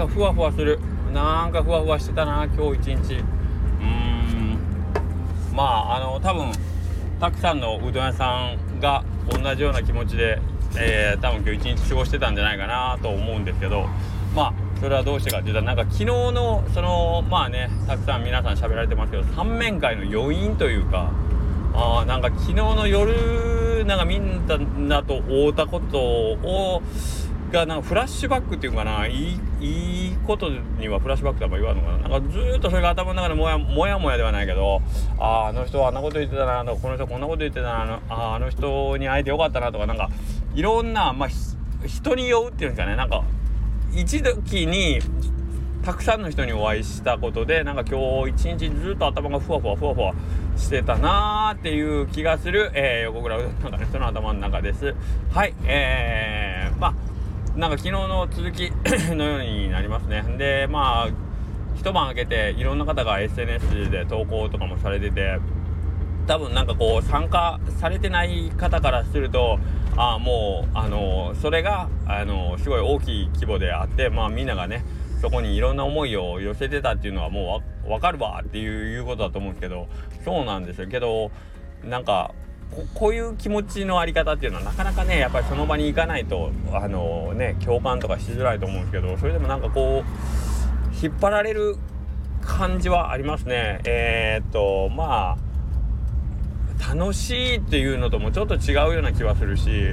かふわふわする。なんかふわふわしてたな今日一日。多分たくさんのうどん屋さんが同じような気持ちで、多分今日一日過ごしてたんじゃないかなと思うんですけど、それはどうしてかって言ったら、なんか昨日のたくさん皆さん喋られてますけど、三面会の余韻というか、なんか昨日の夜なんかみんなと会うたことをがなんかフラッシュバックっていうかな、いいことにはフラッシュバックとは言わんのかな、なんかずーっとそれが頭の中でもやもやではないけど、あの人はあんなこと言ってたなとか、この人こんなこと言ってたな、あの人に会えてよかったなとか、なんかいろんな、人に酔うっていうんですかね、なんか一時にたくさんの人にお会いしたことで、なんか今日一日ずっと頭がふわふわしてたなーっていう気がする、横倉うどんなんかね、その頭の中です。はい、なんか昨日の続きのようになりますね。で一晩明けていろんな方が SNS で投稿とかもされてて、多分なんかこう参加されてない方からすると、もうそれがすごい大きい規模であって、みんながねそこにいろんな思いを寄せてたっていうのはもう分かるわっていうことだと思うんですけど、そうなんですよけど、なんかこういう気持ちのあり方っていうのはなかなかね、やっぱりその場に行かないと共感とかしづらいと思うんですけど、それでもなんかこう引っ張られる感じはありますね。楽しいっていうのともちょっと違うような気はするし、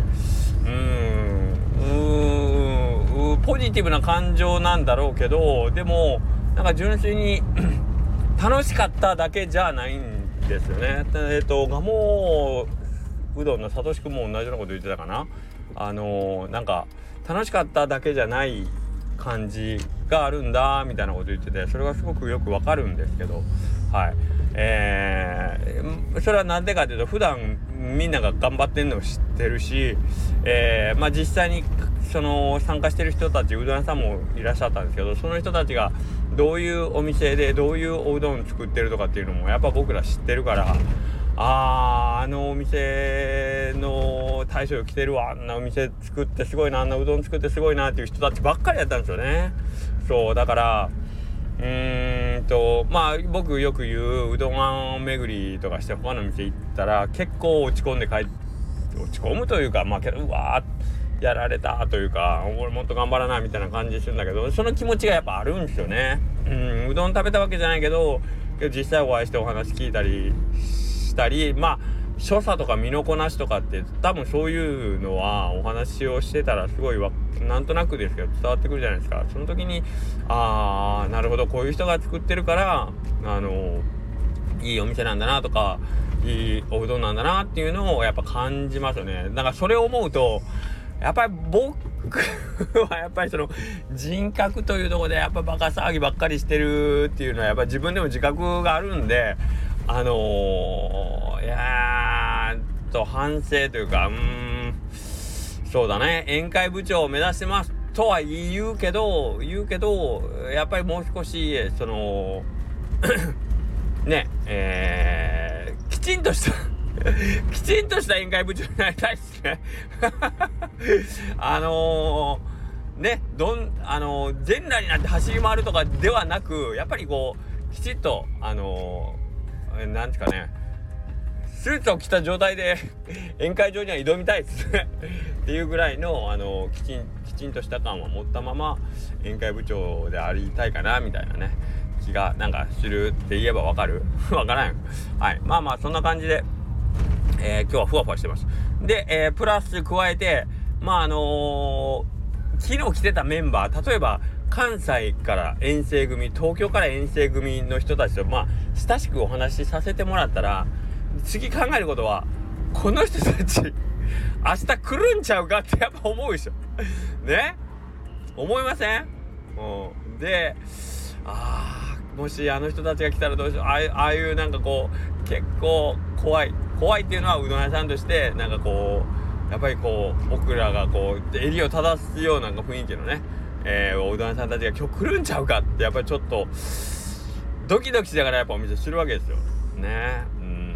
ポジティブな感情なんだろうけど、でもなんか純粋に楽しかっただけじゃないんですよね。蒲生うどんのさとしくんも同じようなこと言ってたかな。なんか楽しかっただけじゃない感じがあるんだみたいなこと言ってて、それがすごくよくわかるんですけど、はい、それはなんでかというと、普段みんなが頑張ってんのを知ってるし、実際にその参加してる人たち、うどん屋さんもいらっしゃったんですけど、その人たちがどういうお店でどういうおうどん作ってるとかっていうのもやっぱ僕ら知ってるから、あのお店の大将来てるわ、あんなお店作ってすごいな、あんなうどん作ってすごいなっていう人たちばっかりやったんですよね。そうだから僕よく言う、うどん屋巡りとかして他の店行ったら結構落ち込むというか、うわーやられたというか、俺もっと頑張らなみたいな感じするんだけど、その気持ちがやっぱあるんですよね。うどん食べたわけじゃないけど実際お会いしてお話聞いたりしたり、所作とか身のこなしとかって多分そういうのはお話をしてたらすごいなんとなくですけど伝わってくるじゃないですか。その時になるほど、こういう人が作ってるからいいお店なんだなとか、いいおうどんなんだなっていうのをやっぱ感じますよね。だからそれを思うとやっぱり僕はやっぱりその人格というところでやっぱバカ騒ぎばっかりしてるっていうのはやっぱり自分でも自覚があるんで、反省というか、そうだね、宴会部長を目指してますとは言うけどやっぱりもう少しそのきちんとした宴会部長になりたいですね。全裸になって走り回るとかではなく、やっぱりこうきちっとなんですかね、スーツを着た状態で宴会場には挑みたいですねっていうぐらいのきちんとした感を持ったまま宴会部長でありたいかなみたいなね気がなんかするって言えばわかるわからん。はい、そんな感じで、今日はふわふわしてます。で、プラス加えて昨日来てたメンバー、例えば関西から遠征組、東京から遠征組の人たちと親しくお話しさせてもらったら、次考えることは、この人たち明日来るんちゃうかってやっぱ思うでしょね、思いません？でもしあの人たちが来たらどうしよう、ああいうなんかこう結構怖いっていうのは、うどん屋さんとしてなんかこうやっぱりこう僕らがこう襟を正すような雰囲気のね、うどん屋さんたちが今日来るんちゃうかってやっぱりちょっとドキドキしながらやっぱお店するわけですよね。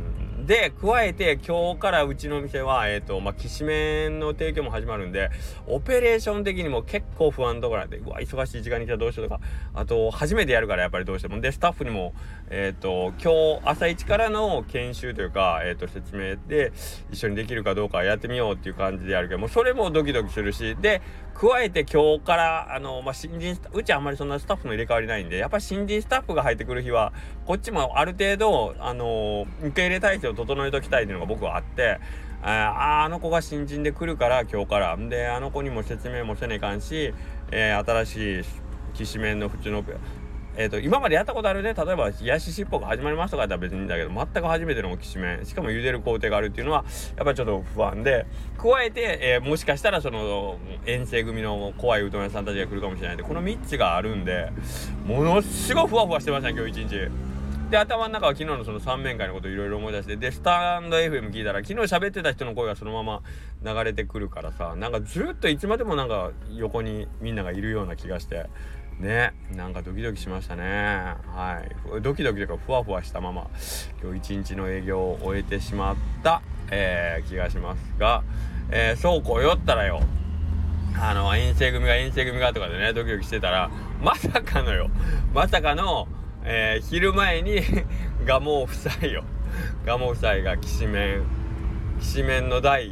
で加えて今日からうちの店はきしめんの提供も始まるんで、オペレーション的にも結構不安なところなんで、うわ忙しい時間に来たらどうしようとか、あと初めてやるからやっぱりどうしてもで、スタッフにも今日朝一からの研修というか説明で一緒にできるかどうかやってみようっていう感じでやるけども、それもドキドキするし、で加えて今日から新人うちあんまりそんなスタッフの入れ替わりないんで、やっぱり新人スタッフが入ってくる日はこっちもある程度受け入れ体制を整えときたいっていうのが僕はあって、あの子が新人で来るから今日からで、あの子にも説明もせねえかんし、新しいきしめんの普通の今までやったことあるね、例えば冷やししっぽが始まりますとかだったら別にいいんだけど、全く初めてのきしめん、しかも茹でる工程があるっていうのはやっぱりちょっと不安で、加えて、もしかしたらその遠征組の怖いうどん屋さんたちが来るかもしれないんで、この3つがあるんでものすごいふわふわしてましたね今日一日で。頭の中は昨日のその3面会のことをいろいろ思い出して、でスタンド FM 聞いたら昨日喋ってた人の声がそのまま流れてくるからさ、なんかずっといつまでもなんか横にみんながいるような気がしてね、なんかドキドキしましたね。はい、ドキドキとかふわふわしたまま今日一日の営業を終えてしまった、気がしますが、そうこう酔ったらよ、遠征組がとかでねドキドキしてたら、まさかの昼前に蒲生夫妻がきしめんの台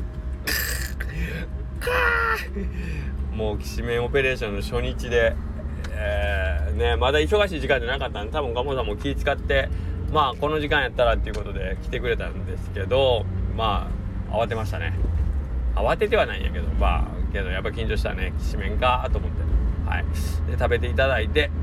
もうきしめんオペレーションの初日で、まだ忙しい時間じゃなかったんで、多分蒲生さんも気使ってこの時間やったらっていうことで来てくれたんですけど、慌てましたね。慌ててはないんやけど、けどやっぱ緊張したね。きしめんかと思って、はい、で食べていただいて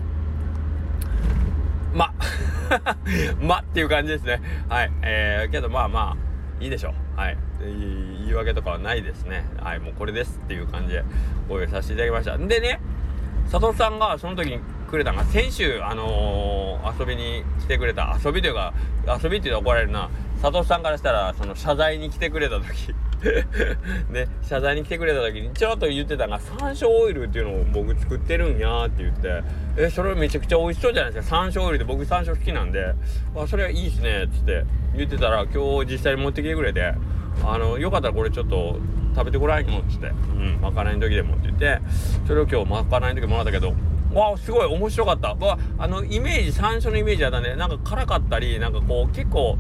っていう感じですね。はい、けどいいでしょう。はい、言い訳とかはないですね。はい、もうこれですっていう感じでご用意させていただきました。でね、佐藤さんがその時にくれたのが先週遊びに来てくれた、遊びって言うと怒られるな、佐藤さんからしたらその謝罪に来てくれた時ね、謝罪に来てくれた時にちょっと言ってたのが、山椒オイルっていうのを僕作ってるんやって言って、それめちゃくちゃ美味しそうじゃないですか。山椒オイルで僕山椒好きなんで、それはいいっすねっつって言ってたら、今日実際に持ってきてくれて、よかったらこれちょっと食べてごらんよっつって、まかないの時でもって言って、それを今日まかないの時もらったけど、すごい面白かった。イメージ、山椒のイメージだったね。なんか辛かったり、なんかこう結構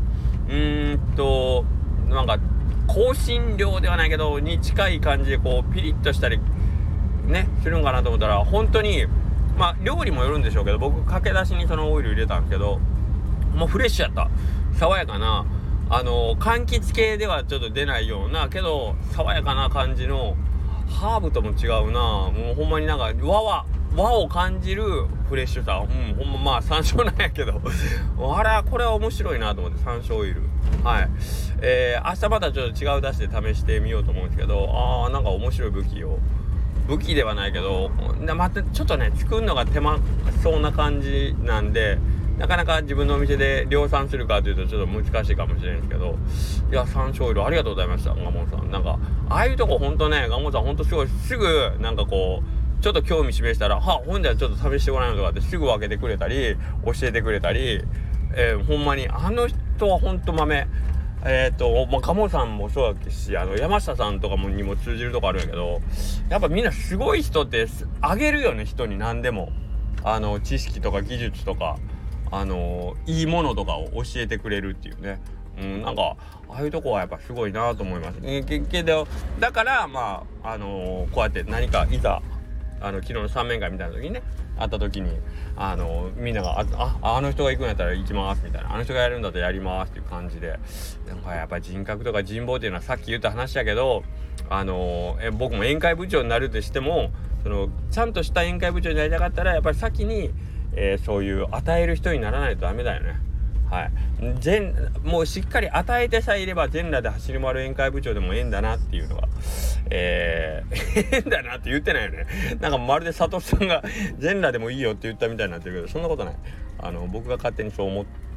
なんか香辛料ではないけどに近い感じでこうピリッとしたりねするんかなと思ったら、本当に料理もよるんでしょうけど、僕駆け出しにそのオイル入れたんですけど、もうフレッシュやった。爽やかな柑橘系ではちょっと出ないようなけど爽やかな感じの、ハーブとも違うな、もうほんまになんか和を感じるフレッシュさ、ほんま山椒なんやけどこれは面白いなと思って、山椒オイル、はい、明日またちょっと違う出汁で試してみようと思うんですけど、なんか面白い武器ではないけど、またちょっとね作るのが手間そうな感じなんで、なかなか自分のお店で量産するかというとちょっと難しいかもしれないんですけど、いや山椒オイルありがとうございました。蒲生さん、なんかああいうとこほんとね、蒲生さんほんとすごい、すぐなんかこうちょっと興味示したら、ほんではちょっと試してごらんよとかってすぐ分けてくれたり教えてくれたり、ほんまにあの人はほんと豆。蒲生さんもそうだし、山下さんとかにも通じるとこあるんやけど、やっぱみんなすごい人ってあげるよね、人に何でも知識とか技術とかいいものとかを教えてくれるっていうね、なんかああいうとこはやっぱすごいなと思います。けどだからこうやって何かいざ昨日の3面会みたいな時にね会った時にみんながあの人が行くんやったら行きますみたいな、あの人がやるんだったらやりますっていう感じで、なんかやっぱり人格とか人望っていうのはさっき言った話だけど、僕も宴会部長になるとしてもちゃんとした宴会部長になりたかったらやっぱり先にそういう与える人にならないとダメだよね。はい、もうしっかり与えてさえいれば全裸で走り回る宴会部長でもええんだなっていうのがええんだなって言ってないよね。なんかまるで佐藤さんが全裸でもいいよって言ったみたいになってるけど、そんなことない。僕が勝手にそう思って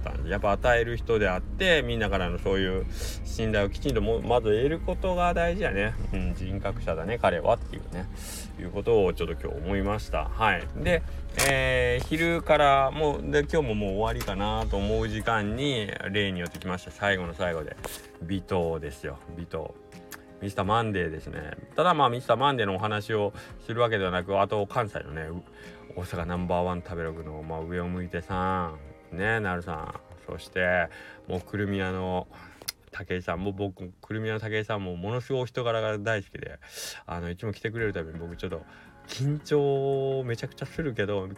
ったんで、やっぱ与える人であって、みんなからのそういう信頼をきちんとまず得ることが大事やね。人格者だね彼はっていうね、いうことをちょっと今日思いました。はい。で、昼から今日ももう終わりかなと思う時間に例によってきました。最後の最後で尾藤ですよ。尾藤ミスターマンデーですね。ただミスターマンデーのお話をするわけではなく、あと関西のね大阪ナンバーワン食べログの、上を向いてさんね、なるさん、そしてもうくるみ屋の武井さん、僕くるみ屋の武井さんもものすごいお人柄が大好きで、いつも来てくれるたびに僕ちょっと緊張めちゃくちゃするけど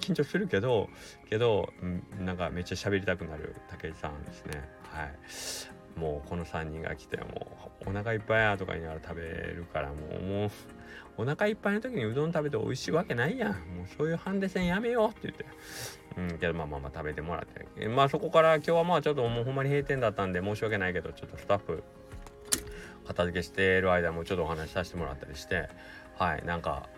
なんかめっちゃ喋りたくなる武井さんですね。はい。もうこの3人が来てもうお腹いっぱいやとか言いながら食べるから、もうお腹いっぱいの時にうどん食べて美味しいわけないやん。もうそういうハンデ戦やめようって言って、けど食べてもらって、そこから今日はちょっともうほんまに閉店だったんで申し訳ないけど、ちょっとスタッフ片付けしてる間もちょっとお話しさせてもらったりして、はい、なんか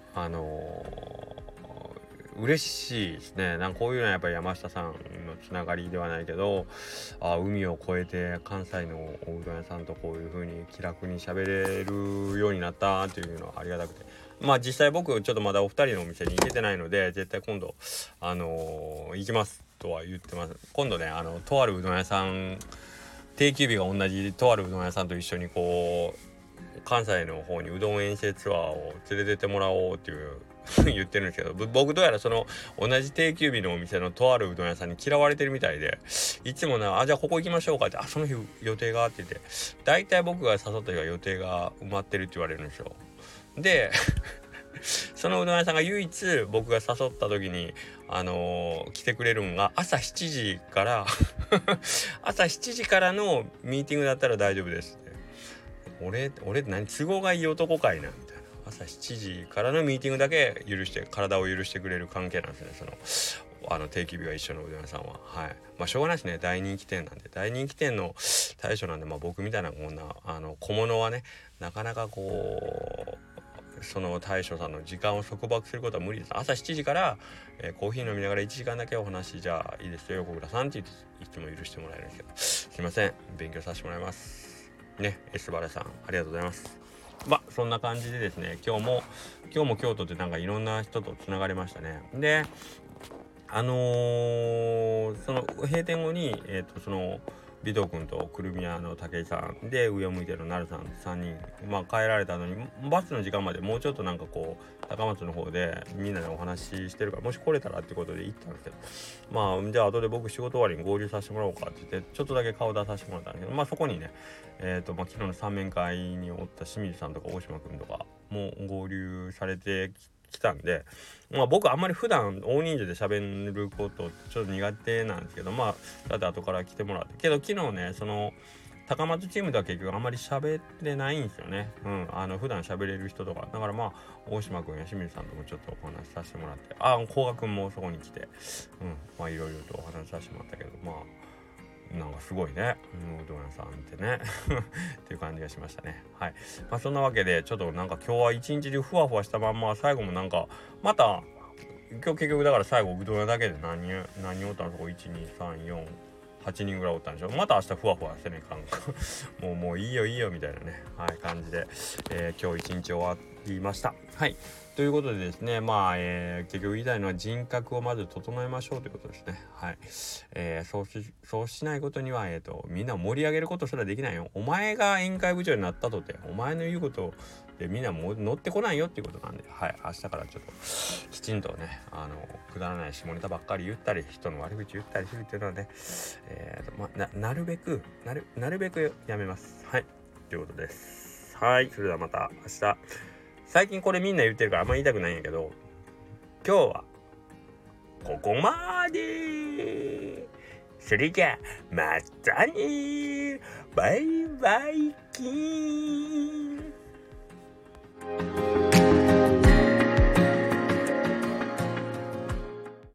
嬉しいですね。なんかこういうのはやっぱり山下さんのつながりではないけど、海を越えて関西のおうどん屋さんとこういう風に気楽に喋れるようになったっていうのはありがたくて、実際僕ちょっとまだお二人のお店に行けてないので、絶対今度行きますとは言ってます。今度ねとあるうどん屋さん、定休日が同じとあるうどん屋さんと一緒にこう関西の方にうどん遠征ツアーを連れてってもらおうっていう言ってるんですけど、僕どうやらその同じ定休日のお店のとあるうどん屋さんに嫌われてるみたいで、いつもじゃあここ行きましょうかって、その日予定があって言って、大体僕が誘った日は予定が埋まってるって言われるんですよ。でそのうどん屋さんが唯一僕が誘った時に来てくれるんが朝7時から朝7時からのミーティングだったら大丈夫ですって。俺何都合がいい男かいなみたいな。朝7時からのミーティングだけ体を許してくれる関係なんですね。定期日が一緒のうどん屋さんは。はい。しょうがないですね。大人気店なんで。大人気店の大将なんで、僕みたいなこんな小物はね、なかなかこうその大将さんの時間を束縛することは無理です。朝7時から、コーヒー飲みながら1時間だけお話じゃあいいですよ横倉さんって言っていつも許してもらえるんですけど、すいません、勉強させてもらいますね。エスバラさんありがとうございます。そんな感じでですね、今日も京都ってなんかいろんな人とつながれましたね。でその閉店後にその尾藤君とくるみ屋の武井さんで上を向いてるなるさん3人帰られたのに、バスの時間までもうちょっとなんかこう高松の方でみんなでお話ししてるから、もし来れたらってことで行ったんですけど、じゃあ後で僕仕事終わりに合流させてもらおうかって言ってちょっとだけ顔出させてもらったんだけど、そこにね昨日の三面会におった清水さんとか大島君とかも合流されて来たんで、僕あんまり普段大人数で喋ることちょっと苦手なんですけど、だって後から来てもらってけど、昨日ねその高松チームでは結局あんまり喋ってないんですよね。普段喋れる人とかだから大島君や清水さんともちょっとお話しさせてもらって、甲賀君もそこに来ていろいろとお話しさせてもらったけど、なんかすごいね、うどん屋さんってねっていう感じがしましたね。はい。そんなわけでちょっとなんか今日は一日中ふわふわしたまんま、最後もなんかまた今日結局だから最後うどん屋だけで何人おったの、そこ 1,2,3,4,8 人ぐらいおったんでしょ。また明日ふわふわしてねかんもういいよみたいなね、感じで、今日一日終わりました。はい。ということでですね、結局言いたいのは人格をまず整えましょうということですね。はい。そうしないことにはみんなを盛り上げることすらできないよ。お前が宴会部長になったとてお前の言うことでみんなも乗ってこないよっていうことなんで、はい。明日からちょっときちんとねくだらない下ネタばっかり言ったり人の悪口言ったりするっていうのはね、なるべくやめます。はい。ということです。はい。それではまた明日。最近これみんな言ってるからあんま言いたくないんやけど、今日はここまで。それじゃまたね。バイバイキーン。